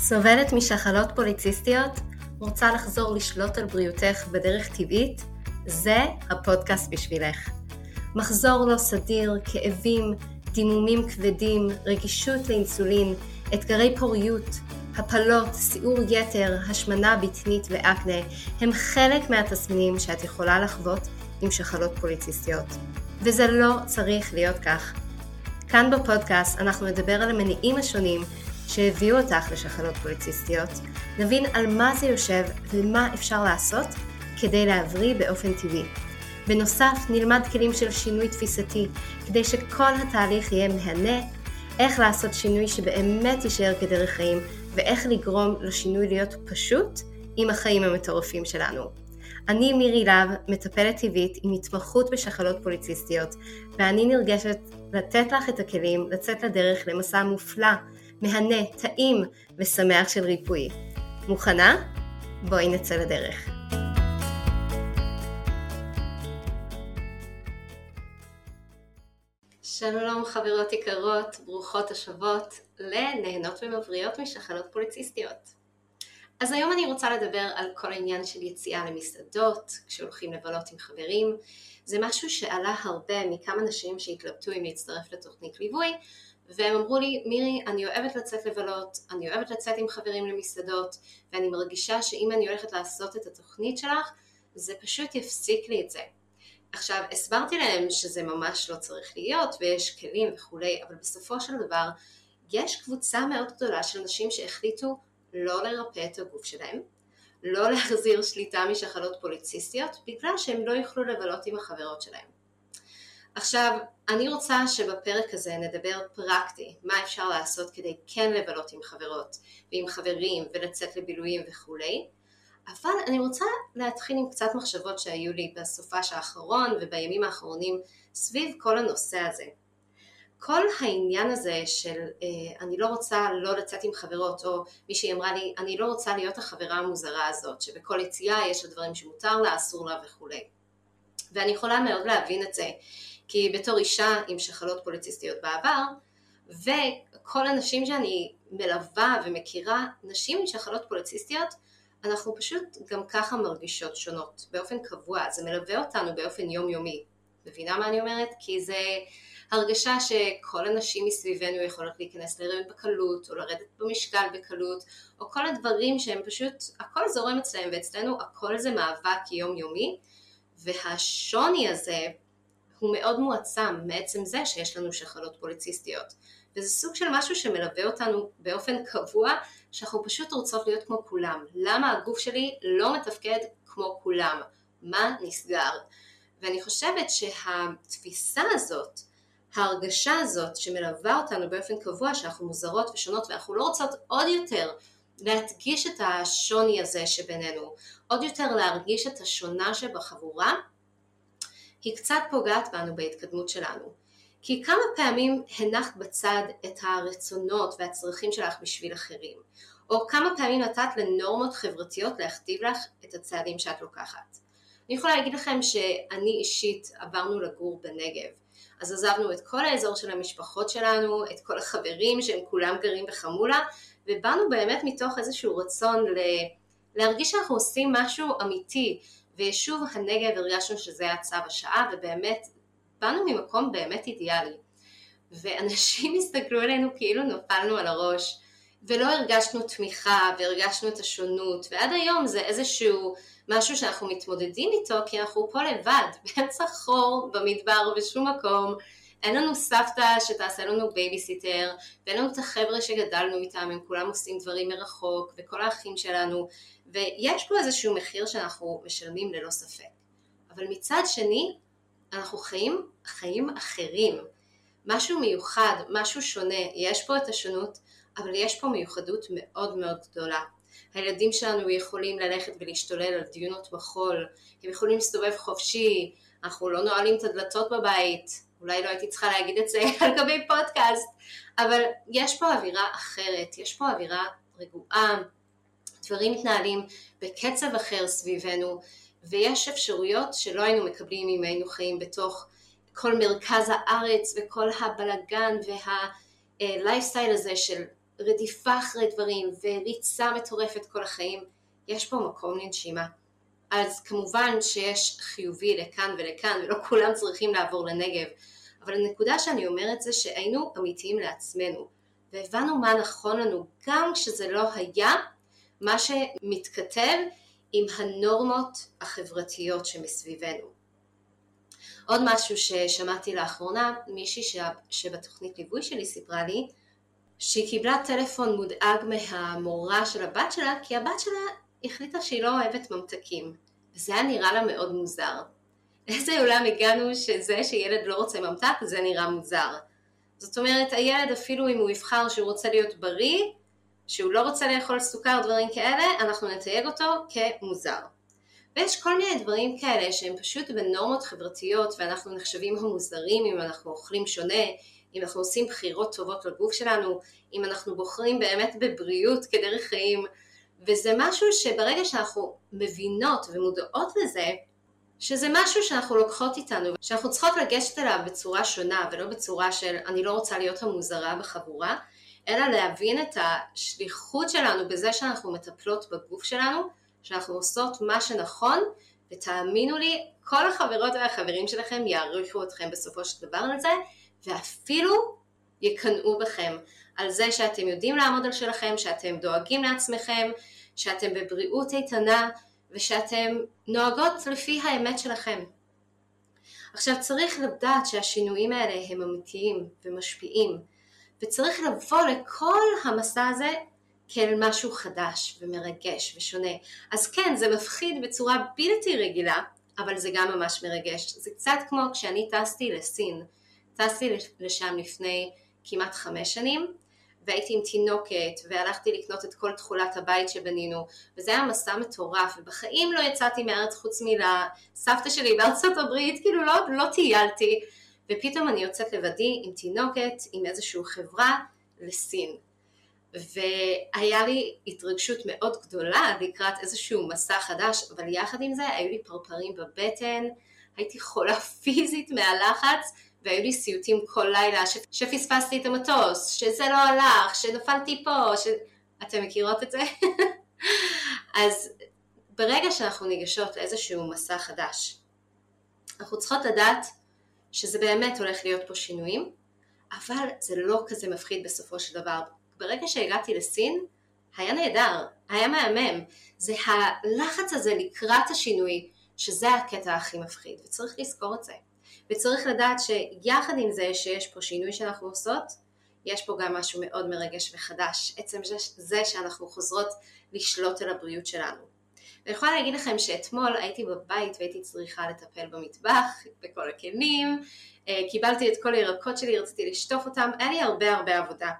סובלת משחלות פוליציסטיות? רוצה לחזור לשלוט על בריאותך בדרך טבעית? זה הפודקאסט בשבילך. מחזור לא סדיר, כאבים, דימומים כבדים, רגישות לאינסולין, אתגרי פוריות, הפלות, סיעור יתר, השמנה בטנית ואקנה הם חלק מהתסמינים שאת יכולה לחוות עם שחלות פוליציסטיות. וזה לא צריך להיות כך. כאן בפודקאסט אנחנו נדבר על המניעים השונים שהביאו אותך לשחלות פוליציסטיות, נבין על מה זה יושב ומה אפשר לעשות כדי להבריא באופן טבעי. בנוסף נלמד כלים של שינוי תפיסתי כדי שכל התהליך יהיה מהנה, איך לעשות שינוי שבאמת יישאר כדרך חיים ואיך לגרום לשינוי להיות פשוט עם החיים המטורפים שלנו. אני מירי לב, מטפלת טבעית עם התמחות בשחלות פוליציסטיות, ואני נרגשת לתת לך את הכלים לצאת לדרך למסע מופלא, מהנה, טעים ושמח של ריפוי. מוכנה? בואי נצא לדרך. שלום חברות יקרות, ברוכות השבות לנהנות ומבריות משחלות פוליציסטיות. אז היום אני רוצה לדבר על כל העניין של יציאה למסעדות, כשהולכים לבלות עם חברים. זה משהו שעלה הרבה מכמה נשים שהתלבטו אם להצטרף לתוכנית ליווי, והם אמרו לי, מירי, אני אוהבת לצאת לבלות, אני אוהבת לצאת עם חברים למסעדות, ואני מרגישה שאם אני הולכת לעשות את התוכנית שלך, זה פשוט יפסיק לי את זה. עכשיו, הסברתי להם שזה ממש לא צריך להיות, ויש כלים וכולי, אבל בסופו של דבר, יש קבוצה מאוד גדולה של נשים שהחליטו לא לרפא את הגוף שלהם, לא להחזיר שליטה משחלות פוליציסטיות, בגלל שהם לא יוכלו לבלות עם החברות שלהם. עכשיו, אני רוצה שבפרק הזה נדבר פרקטי, מה אפשר לעשות כדי כן לבלות עם חברות ועם חברים ולצאת לבילויים וכולי, אבל אני רוצה להתחיל עם קצת מחשבות שהיו לי בסופש האחרון ובימים האחרונים סביב כל הנושא הזה. כל העניין הזה של אני לא רוצה לא לצאת עם חברות, או מישהי אמרה לי אני לא רוצה להיות החברה המוזרה הזאת, שבכל יציאה יש דברים שמותר לה, אסור לה וכולי. ואני יכולה מאוד להבין את זה, כי בתור אישה עם שחלות פוליציסטיות בעבר, וכל הנשים שאני מלווה ומכירה, נשים עם שחלות פוליציסטיות, אנחנו פשוט גם ככה מרגישות שונות, באופן קבוע, זה מלווה אותנו באופן יומיומי. מבינה מה אני אומרת? כי זה הרגשה שכל הנשים מסביבנו יכולות להיכנס להיריון בקלות, או לרדת במשקל בקלות, או כל הדברים שהם פשוט, הכל זורם אצלם, ואצלנו הכל זה מאבק יומיומי, והשוני הזה הוא מאוד מועצם מעצם זה שיש לנו שחלות פוליציסטיות. וזה סוג של משהו שמלווה אותנו באופן קבוע, שאנחנו פשוט רוצות להיות כמו כולם. למה הגוף שלי לא מתפקד כמו כולם? מה נסגר? ואני חושבת שהתפיסה הזאת, ההרגשה הזאת שמלווה אותנו באופן קבוע, שאנחנו מוזרות ושונות ואנחנו לא רוצות עוד יותר להדגיש את השוני הזה שבינינו, עוד יותר להרגיש את השונה שבחבורה, היא קצת פוגעת בנו בהתקדמות שלנו. כי כמה פעמים הנחת בצד את הרצונות והצרכים שלך בשביל אחרים, או כמה פעמים נתת לנורמות חברתיות להכתיב לך את הצעדים שאת לוקחת. אני יכולה להגיד לכם שאני אישית עברנו לגור בנגב, אז עזבנו את כל האזור של המשפחות שלנו, את כל החברים שהם כולם גרים בחמולה, ובאנו באמת מתוך איזשהו רצון להרגיש שאנחנו עושים משהו אמיתי, וישוב הנגב הרגשנו שזה היה צו השעה, ובאמת באנו ממקום באמת אידיאלי. ואנשים הסתכלו עלינו כאילו נפלנו על הראש, ולא הרגשנו תמיכה, והרגשנו את השונות, ועד היום זה איזשהו משהו שאנחנו מתמודדים איתו, כי אנחנו פה לבד, באמצע חור, במדבר, בשום מקום, אין לנו סבתא שתעשה לנו בייביסיטר, ואין לנו את החבר'ה שגדלנו איתם, הם כולם עושים דברים מרחוק, וכל האחים שלנו, ויש פה איזשהו מחיר שאנחנו משלמים ללא ספק. אבל מצד שני, אנחנו חיים אחרים, משהו מיוחד, משהו שונה, יש פה את השונות, אבל יש פה מיוחדות מאוד מאוד גדולה. הילדים שלנו יכולים ללכת ולהשתולל על דיונות בחול, הם יכולים להסתובב חופשי, אנחנו לא נועלים את הדלתות בבית, אולי לא הייתי צריכה להגיד את זה על גבי פודקאסט, אבל יש פה אווירה אחרת, יש פה אווירה רגועה, דברים מתנהלים בקצב אחר סביבנו, ויש אפשרויות שלא היינו מקבלים אם היינו חיים בתוך כל מרכז הארץ וכל הבלגן והלייפסטייל הזה של רדיפה אחרי דברים וריצה מטורפת כל החיים, יש פה מקום לנשימה. אז כמובן שיש חיובי לכאן ולכאן, ולא כולם צריכים לעבור לנגב, אבל הנקודה שאני אומרת זה שהיינו אמיתיים לעצמנו, והבנו מה נכון לנו, גם כשזה לא היה מה שמתכתב עם הנורמות החברתיות שמסביבנו. עוד משהו ששמעתי לאחרונה, מישהי שבתוכנית ליווי שלי סיפרה לי, שהיא קיבלה טלפון מודאג מהמורה של הבת שלה, כי הבת שלה החליטה שהיא לא אוהבת ממתקים, וזה היה נראה לה מאוד מוזר. לאיזה עולם הגענו שזה שילד לא רוצה ממתק, זה נראה מוזר. זאת אומרת, הילד אפילו אם הוא יבחר שהוא רוצה להיות בריא, שהוא לא רוצה לאכול סוכר, דברים כאלה, אנחנו נתייג אותו כמוזר. ויש כל מיני דברים כאלה שהם פשוט בנורמות חברתיות, ואנחנו נחשבים המוזרים אם אנחנו אוכלים שונה, אם אנחנו עושים בחירות טובות לגוף שלנו, אם אנחנו בוחרים באמת בבריאות כדרך חיים, וזה משהו שברגע שאנחנו מבינות ומודעות לזה, שזה משהו שאנחנו לוקחות איתנו, שאנחנו צריכות לגשת אליו בצורה שונה, ולא בצורה של אני לא רוצה להיות המוזרה בחבורה, אלא להבין את השליחות שלנו בזה שאנחנו מטפלות בגוף שלנו, שאנחנו עושות מה שנכון, ותאמינו לי, כל החברות והחברים שלכם יעריכו אתכם בסופו של דבר על זה, ואפילו יקנאו בכם על זה שאתם יודעים לעמוד על שלכם, שאתם דואגים לעצמכם, שאתם בבריאות איתנה, ושאתם נוהגות לפי האמת שלכם. עכשיו צריך לדעת שהשינויים האלה הם אמיתיים ומשפיעים, וצריך לבוא לכל המסע הזה כאל משהו חדש ומרגש ושונה. אז כן, זה מפחיד בצורה בלתי רגילה, אבל זה גם ממש מרגש. זה קצת כמו כשאני טסתי לסין. טסתי לשם לפני כמעט 5 שנים, והייתי עם תינוקת, והלכתי לקנות את כל תכולת הבית שבנינו, וזה היה מסע מטורף, ובחיים לא יצאתי מארץ חוץ מלסבתא שלי בארצות הברית, כאילו לא טיילתי, ופתאום אני יוצאת לבדי עם תינוקת, עם איזושהי חברה לסין. והיה לי התרגשות מאוד גדולה לקראת איזשהו מסע חדש, אבל יחד עם זה היו לי פרפרים בבטן, הייתי חולה פיזית מהלחץ, והיו לי סיוטים כל לילה, שפספסתי את המטוס, שזה לא הלך, שנפלתי פה, אתם מכירות את זה? אז ברגע שאנחנו ניגשות לאיזשהו מסע חדש, אנחנו צריכות לדעת שזה באמת הולך להיות פה שינויים, אבל זה לא כזה מפחיד בסופו של דבר. ברגע שהגעתי לסין, היה נהדר, היה מהמם. זה הלחץ הזה לקראת השינוי, שזה הקטע הכי מפחיד, וצריך לזכור את זה. וצריך לדעת שיחד עם זה שיש פה שינוי שאנחנו עושות, יש פה גם משהו מאוד מרגש וחדש, עצם זה שאנחנו חוזרות לשלוט על הבריאות שלנו. ואני יכולה להגיד לכם שאתמול הייתי בבית והייתי צריכה לטפל במטבח, בכל הכלים, קיבלתי את כל הירקות שלי, רציתי לשטוף אותם, היה לי הרבה עבודה.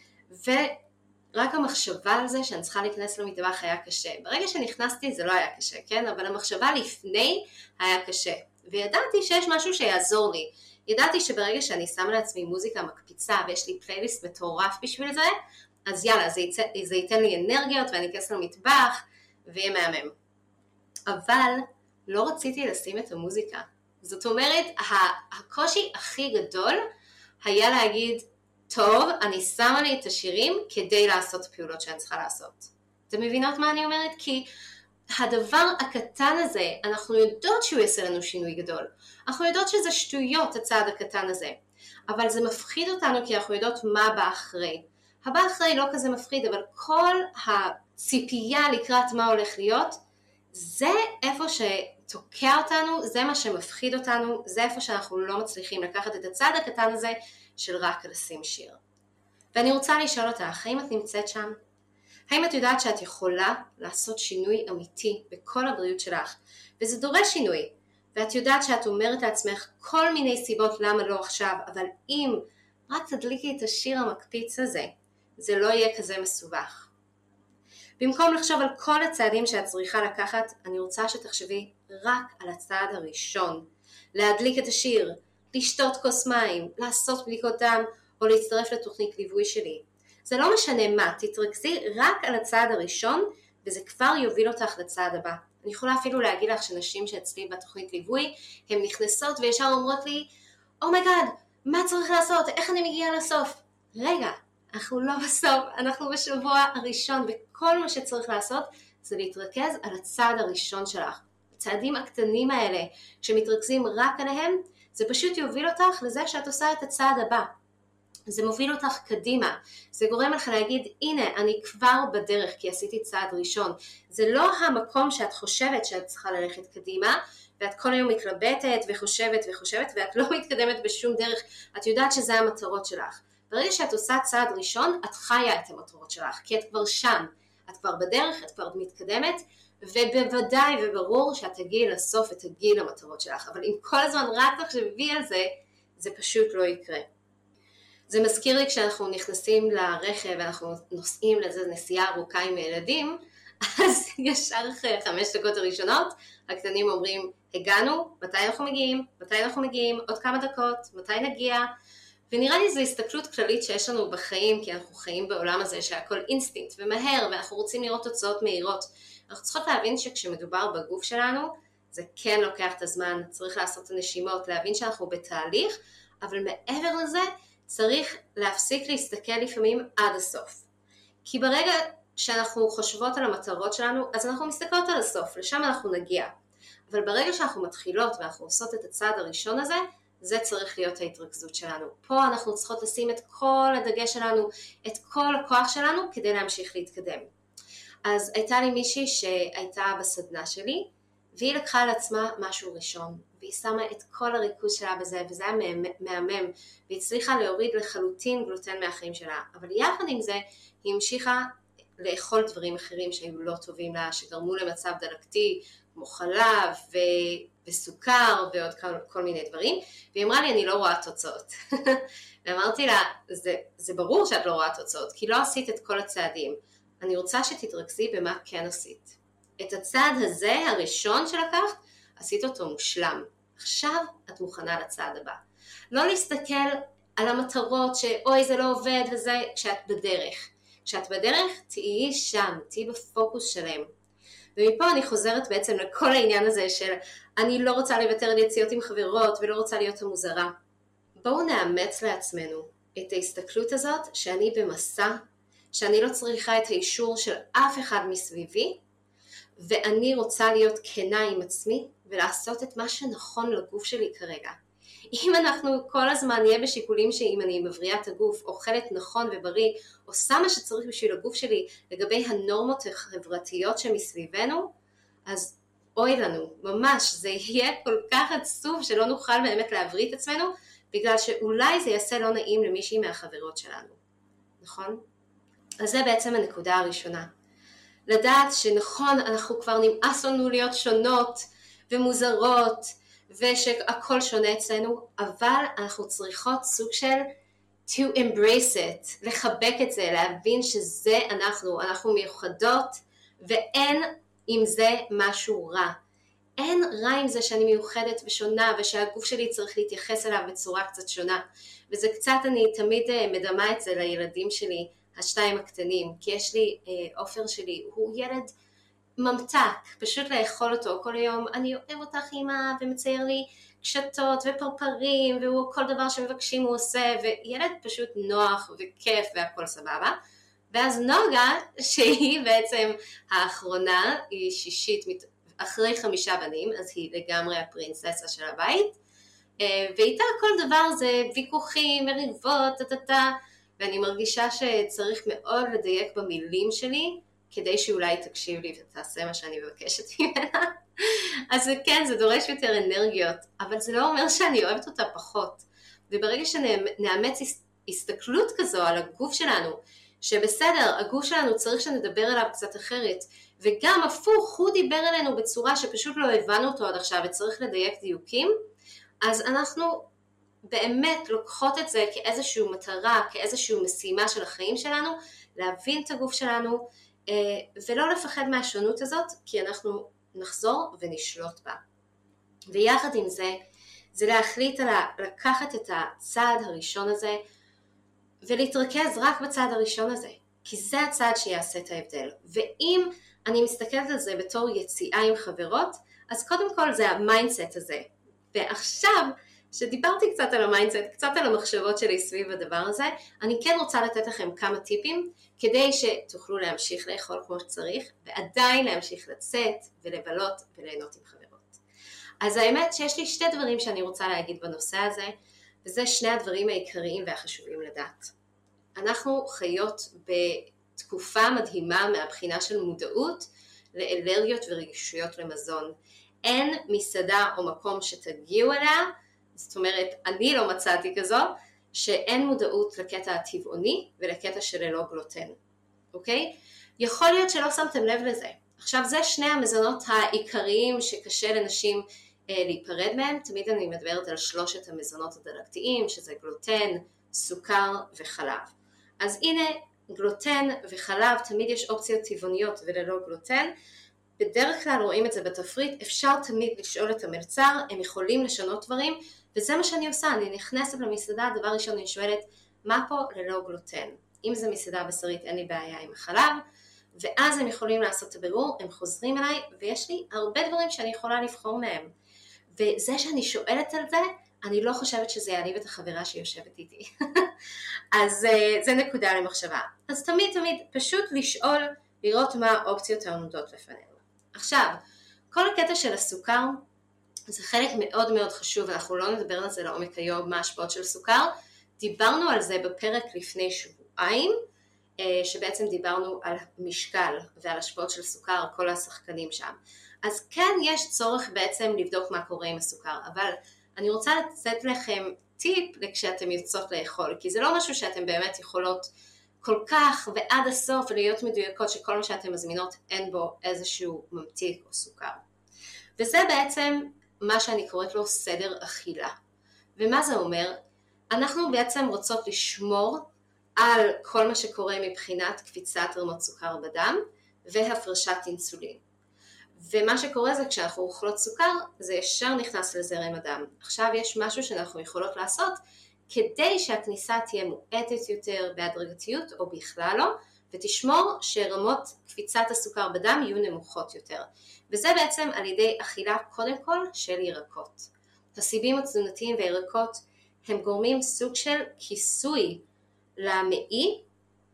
ורק המחשבה על זה שאני צריכה להיכנס למטבח היה קשה. ברגע שנכנסתי זה לא היה קשה, כן? אבל המחשבה לפני היה קשה. וידעתי שיש משהו שיעזור לי. ידעתי שברגע שאני שמה לעצמי מוזיקה מקפיצה ויש לי פלייליסט מטורף בשביל זה, אז יאללה, זה ייתן לי אנרגיות ואני אכנס למטבח ויהיה מהמם. אבל לא רציתי לשים את המוזיקה. זאת אומרת, הקושי הכי גדול היה להגיד, טוב, אני שמה לי את השירים כדי לעשות פעולות שאני צריכה לעשות. אתם מבינות מה אני אומרת? כי הדבר הקטן הזה, אנחנו יודעות שהוא יעשה לנו שינוי גדול. אנחנו יודעות שזה שטויות הצעד הקטן הזה. אבל זה מפחיד אותנו כי אנחנו יודעות מה בא אחרי. הבא אחרי לא כזה מפחיד, אבל כל הציפייה לקראת מה הולך להיות, זה איפה שתוקע אותנו, זה מה שמפחיד אותנו, זה איפה שאנחנו לא מצליחים לקחת את הצעד הקטן הזה של רק לשים שיר. ואני רוצה לשאול אותך, האם את נמצאת שם? האם את יודעת שאת יכולה לעשות שינוי אמיתי בכל הבריאות שלך? וזה דורש שינוי. ואת יודעת שאת אומרת לעצמך כל מיני סיבות למה לא עכשיו, אבל אם רק תדליקי את השיר המקפיץ הזה, זה לא יהיה כזה מסובך. במקום לחשוב על כל הצעדים שאת צריכה לקחת, אני רוצה שתחשבי רק על הצעד הראשון. להדליק את השיר, לשתות כוס מים, לעשות בדיקות דם, או להצטרף לתוכנית ליווי שלי. זה לא משנה מה, תתרכזי רק על הצעד הראשון, וזה כבר יוביל אותך לצעד הבא. אני יכולה אפילו להגיד לך שנשים שאצלי בתוכנית ליווי, הן נכנסות וישר אומרות לי, אומייגאד, מה צריך לעשות? איך אני מגיעה לסוף? רגע, אנחנו לא בסוף, אנחנו בשבוע הראשון, וכל מה שצריך לעשות זה להתרכז על הצעד הראשון שלך. הצעדים הקטנים האלה, כשמתרכזים רק עליהם, זה פשוט יוביל אותך לזה שאת עושה את הצעד הבא. זה מוביל אותך קדימה, זה גורם לך להגיד, הנה, אני כבר בדרך כי עשיתי צעד ראשון. זה לא המקום שאת חושבת שאת צריכה ללכת קדימה, ואת כל היום מתלבטת וחושבת, ואת לא מתקדמת בשום דרך, את יודעת שזה המטרות שלך. ברגע שאת עושה צעד ראשון, את חיה את המטרות שלך, כי את כבר שם, את כבר בדרך, את כבר מתקדמת, ובוודאי וברור שאת תגיעי לסוף ותגיעי למטרות שלך, אבל אם כל הזמן רק תחשבי על זה, זה פשוט לא יקרה. זה מזכיר לי כשאנחנו נכנסים לרכב ואנחנו נוסעים לאיזו נסיעה ארוכה עם ילדים, אז ישר אחרי 5 דקות הראשונות, הקטנים אומרים, הגענו, מתי אנחנו מגיעים, עוד כמה דקות, מתי נגיע, ונראה לי זו הסתכלות כללית שיש לנו בחיים, כי אנחנו חיים בעולם הזה שהכל אינסטינקט ומהר, ואנחנו רוצים לראות תוצאות מהירות. אנחנו צריכות להבין שכשמדובר בגוף שלנו, זה כן לוקח את הזמן, צריך לעשות את הנשימות, להבין שאנחנו בתהליך, אבל מעבר לזה, צריך להפסיק להסתכל לפעמים עד הסוף. כי ברגע שאנחנו חושבות על המטרות שלנו, אז אנחנו מסתכלות על הסוף, לשם אנחנו נגיע. אבל ברגע שאנחנו מתחילות ואנחנו עושות את הצעד הראשון הזה, זה צריך להיות ההתרכזות שלנו. פה אנחנו צריכות לשים את כל הדגש שלנו, את כל הכוח שלנו, כדי להמשיך להתקדם. אז הייתה לי מישהי שהייתה בסדנה שלי, והיא לקחה על עצמה משהו ראשון, והיא שמה את כל הריכוז שלה בזה, וזה היה מהמם, והיא הצליחה להוריד לחלוטין גלוטן מהחיים שלה, אבל יחד עם זה, היא המשיכה לאכול דברים אחרים שהיו לא טובים לה, שגרמו למצב דלקתי, כמו חלב וסוכר ועוד כל מיני דברים, והיא אמרה לי, אני לא רואה תוצאות. ואמרתי לה, זה ברור שאת לא רואה תוצאות, כי לא עשית את כל הצעדים. אני רוצה שתתרכזי במה כן עשית. את הצעד הזה, הראשון שלקחת, עשית אותו מושלם. עכשיו את מוכנה לצעד הבא. לא להסתכל על המטרות שאוי זה לא עובד וזה, כשאת בדרך. כשאת בדרך, תהיי שם, תהיי בפוקוס שלם. ומפה אני חוזרת בעצם לכל העניין הזה של אני לא רוצה לוותר על יציאות עם חברות ולא רוצה להיות המוזרה. בואו נאמץ לעצמנו את ההסתכלות הזאת שאני במסע, שאני לא צריכה את האישור של אף אחד מסביבי, ואני רוצה להיות כנה עם עצמי ולעשות את מה שנכון לגוף שלי כרגע. אם אנחנו כל הזמן נהיה בשיקולים שאם אני מבריאה את הגוף, אוכלת נכון ובריא, עושה מה שצריך בשביל הגוף שלי לגבי הנורמות החברתיות שמסביבנו, אז אוי לנו, ממש, זה יהיה כל כך עצוב שלא נוכל באמת להבריא את עצמנו, בגלל שאולי זה יעשה לא נעים למישהי מהחברות שלנו, נכון? אז זה בעצם הנקודה הראשונה. לדעת שנכון, אנחנו כבר נמאס לנו להיות שונות ומוזרות, ושהכל שונה אצלנו, אבל אנחנו צריכות סוג של to embrace it, לחבק את זה, להבין שזה אנחנו מיוחדות, ואין עם זה משהו רע. אין רע עם זה שאני מיוחדת ושונה, ושהגוף שלי צריך להתייחס אליו בצורה קצת שונה. וזה קצת, אני תמיד מדמה את זה לילדים שלי, השתיים הקטנים, כי יש לי, עופר שלי, הוא ילד ממתק, פשוט לאכול אותו כל היום, אני אוהב אותך אמא, ומצייר לי קשתות ופרפרים, והוא כל דבר שמבקשים הוא עושה, וילד פשוט נוח וכיף והכל סבבה. ואז נוגה, שהיא בעצם האחרונה, היא שישית אחרי 5 בנים, אז היא לגמרי הפרינססה של הבית, ואיתה כל דבר זה ויכוחים, מריבות, ואני מרגישה שצריך מאוד לדייק במילים שלי, כדי שאולי תקשיב לי ותעשה מה שאני מבקשת ממנה. אז כן, זה דורש יותר אנרגיות, אבל זה לא אומר שאני אוהבת אותה פחות. וברגע שנאמץ הסתכלות כזו על הגוף שלנו, שבסדר, הגוף שלנו צריך שנדבר עליו קצת אחרת, וגם הפוך, הוא דיבר אלינו בצורה שפשוט לא הבנו אותו עד עכשיו, וצריך לדייק דיוקים, אז אנחנו באמת לוקחות את זה כאיזושהי מטרה, כאיזושהי משימה של החיים שלנו, להבין את הגוף שלנו, ולא לפחד מהשונות הזאת, כי אנחנו נחזור ונשלוט בה. ויחד עם זה, זה להחליט על לקחת את הצעד הראשון הזה, ולהתרכז רק בצעד הראשון הזה, כי זה הצעד שיעשה את ההבדל. ואם אני מסתכלת על זה בתור יציאה עם חברות, אז קודם כל זה המיינדסט הזה. ועכשיו שדיברתי קצת על המיינדסט, קצת על המחשבות שלי סביב הדבר הזה, אני כן רוצה לתת לכם כמה טיפים, כדי שתוכלו להמשיך לאכול כמו שצריך, ועדיין להמשיך לצאת ולבלות וליהנות עם חברות. אז האמת שיש לי שתי דברים שאני רוצה להגיד בנושא הזה, וזה שני הדברים העיקריים והחשובים לדעת. אנחנו חיות בתקופה מדהימה מהבחינה של מודעות לאלרגיות ורגישויות למזון. אין מסעדה או מקום שתגיעו אליה, זאת אומרת, אני לא מצאתי כזו, שאין מודעות לקטע הטבעוני ולקטע של ללא גלוטן. אוקיי? יכול להיות שלא שמתם לב לזה. עכשיו, זה שני המזונות העיקריים שקשה לנשים להיפרד מהם. תמיד אני מדברת על שלושת המזונות הדלקתיים, שזה גלוטן, סוכר וחלב. אז הנה, גלוטן וחלב, תמיד יש אופציות טבעוניות וללא גלוטן. בדרך כלל רואים את זה בתפריט, אפשר תמיד לשאול את המלצר, הם יכולים לשנות דברים, וזה מה שאני עושה, אני נכנסת למסעדה, דבר ראשון אני שואלת, מה פה ללא גלוטן? אם זה מסעדה בשרית, אין לי בעיה עם החלב, ואז הם יכולים לעשות את הבירור, הם חוזרים אליי, ויש לי הרבה דברים שאני יכולה לבחור מהם. וזה שאני שואלת על זה, אני לא חושבת שזה יעליב את החברה שיושבת איתי. אז זה נקודה למחשבה. אז תמיד פשוט לשאול, לראות מה האופציות העומדות לפנינו. עכשיו, כל הקטע של הסוכר, זה חלק מאוד מאוד חשוב, אנחנו לא נדבר על זה לעומק היום, מה ההשפעות של סוכר. דיברנו על זה בפרק לפני שבועיים, שבעצם דיברנו על משקל ועל השפעות של סוכר, כל השחקנים שם. אז כן יש צורך בעצם לבדוק מה קורה עם הסוכר, אבל אני רוצה לתת לכם טיפ כשאתם יוצאות לאכול, כי זה לא משהו שאתם באמת יכולות כל כך ועד הסוף להיות מדויקות שכל מה שאתם מזמינות אין בו איזשהו ממתיק או סוכר. וזה בעצם מה שאני קוראת לו סדר אכילה. ומה זה אומר? אנחנו בעצם רוצות לשמור על כל מה שקורה מבחינת קפיצת רמות סוכר בדם והפרשת אינסולין. ומה שקורה זה כשאנחנו אוכלות סוכר, זה ישר נכנס לזרם הדם. עכשיו יש משהו שאנחנו יכולות לעשות כדי שהכניסה תהיה מועטת יותר בהדרגתיות או בכלל לא, ותשמור שרמות קפיצת הסוכר בדם יהיו נמוכות יותר. וזה בעצם על ידי אכילה קודם כל של ירקות. הסיבים התזונתיים וירקות הם גורמים סוג של כיסוי למעי,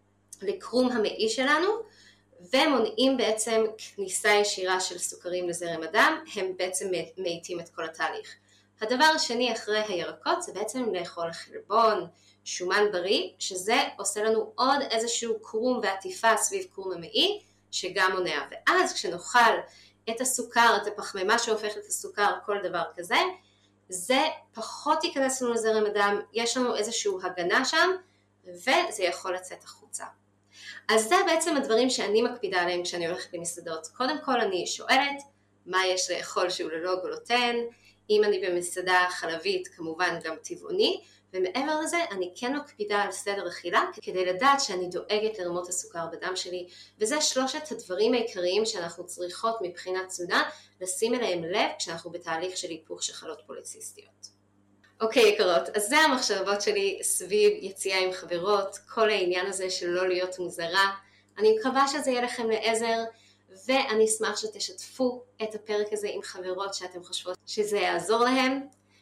לקרום המעי שלנו, ומונעים בעצם כניסה ישירה של סוכרים לזרם הדם, הם בעצם מאיטים את כל התהליך. הדבר השני אחרי הירקות זה בעצם לאכול חלבון, שומן בריא, שזה עושה לנו עוד איזשהו קרום ועטיפה סביב קרום המעי, שגם מונע. ואז כשנאכל את הסוכר, את הפחמימה שהופכת לסוכר, כל דבר כזה, זה פחות ייכנס לנו לזרם הדם, יש לנו איזשהו הגנה שם, וזה יכול לצאת החוצה. אז זה בעצם הדברים שאני מקפידה עליהם כשאני הולכת למסעדות. קודם כל אני שואלת מה יש לאכול שהוא ללא גלוטן, אם אני במסעדה חלבית כמובן גם טבעוני, ומעבר לזה אני כן מקפידה על סדר אכילה כדי לדעת שאני דואגת לרמות הסוכר בדם שלי, וזה שלושת הדברים העיקריים שאנחנו צריכות מבחינת תזונה לשים אליהם לב כשאנחנו בתהליך של היפוך שחלות פוליציסטיות. אוקיי יקרות, אז זה המחשבות שלי סביב יציאה עם חברות, כל העניין הזה של לא להיות מוזרה. אני מקווה שזה יהיה לכם לעזר, ואני אשמח שתשתפו את הפרק הזה עם חברות שאתם חושבות שזה יעזור להם,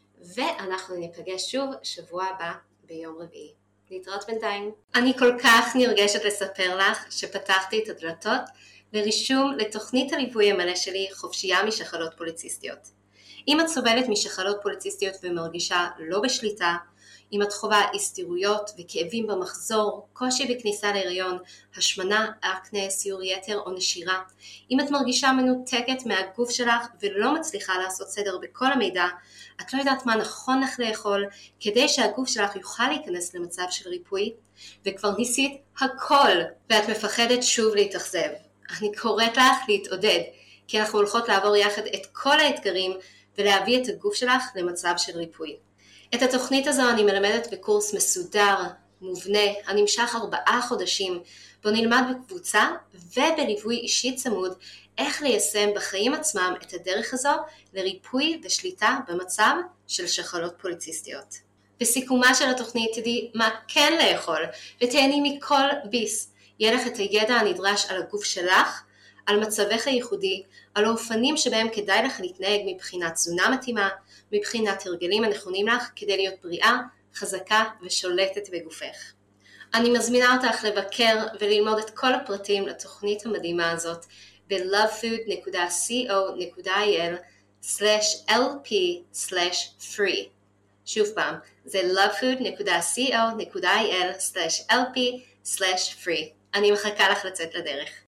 ואנחנו ניפגש שוב שבוע הבא ביום רביעי. להתראות בינתיים. אני כל כך נרגשת לספר לך שפתחתי את הדלתות לרישום לתוכנית הליווי המלא שלי חופשייה משחלות פוליציסטיות. אם את סובלת משחלות פוליציסטיות ומרגישה לא בשליטה, אם את חווה הסתירויות וכאבים במחזור, קושי בכניסה להיריון, השמנה, אקנה, סיור יתר או נשירה, אם את מרגישה מנותקת מהגוף שלך ולא מצליחה לעשות סדר בכל המידע, את לא יודעת מה נכון לך לאכול כדי שהגוף שלך יוכל להיכנס למצב של ריפוי, וכבר ניסית הכל ואת מפחדת שוב להתאכזב. אני קוראת לך להתעודד, כי אנחנו הולכות לעבור יחד את כל האתגרים ולהביא את הגוף שלך למצב של ריפוי. את התוכנית הזו אני מלמדת בקורס מסודר, מובנה, הנמשך 4 חודשים, בו נלמד בקבוצה ובליווי אישי צמוד איך ליישם בחיים עצמם את הדרך הזו לריפוי ושליטה במצב של שחלות פוליציסטיות. בסיכומה של התוכנית תדעי מה כן לאכול ותהני מכל ביס. יהיה לך את הידע הנדרש על הגוף שלך, על מצבך הייחודי, על האופנים שבהם כדאי לך להתנהג מבחינת תזונה מתאימה, מבחינת הרגלים הנכונים לך כדי להיות בריאה, חזקה ושולטת בגופך. אני מזמינה אותך לבקר וללמוד את כל הפרטים לתוכנית המדהימה הזאת ב-lovefood.co.il/lp/free. שוב פעם, זה lovefood.co.il/lp/free. אני מחכה לך לצאת לדרך.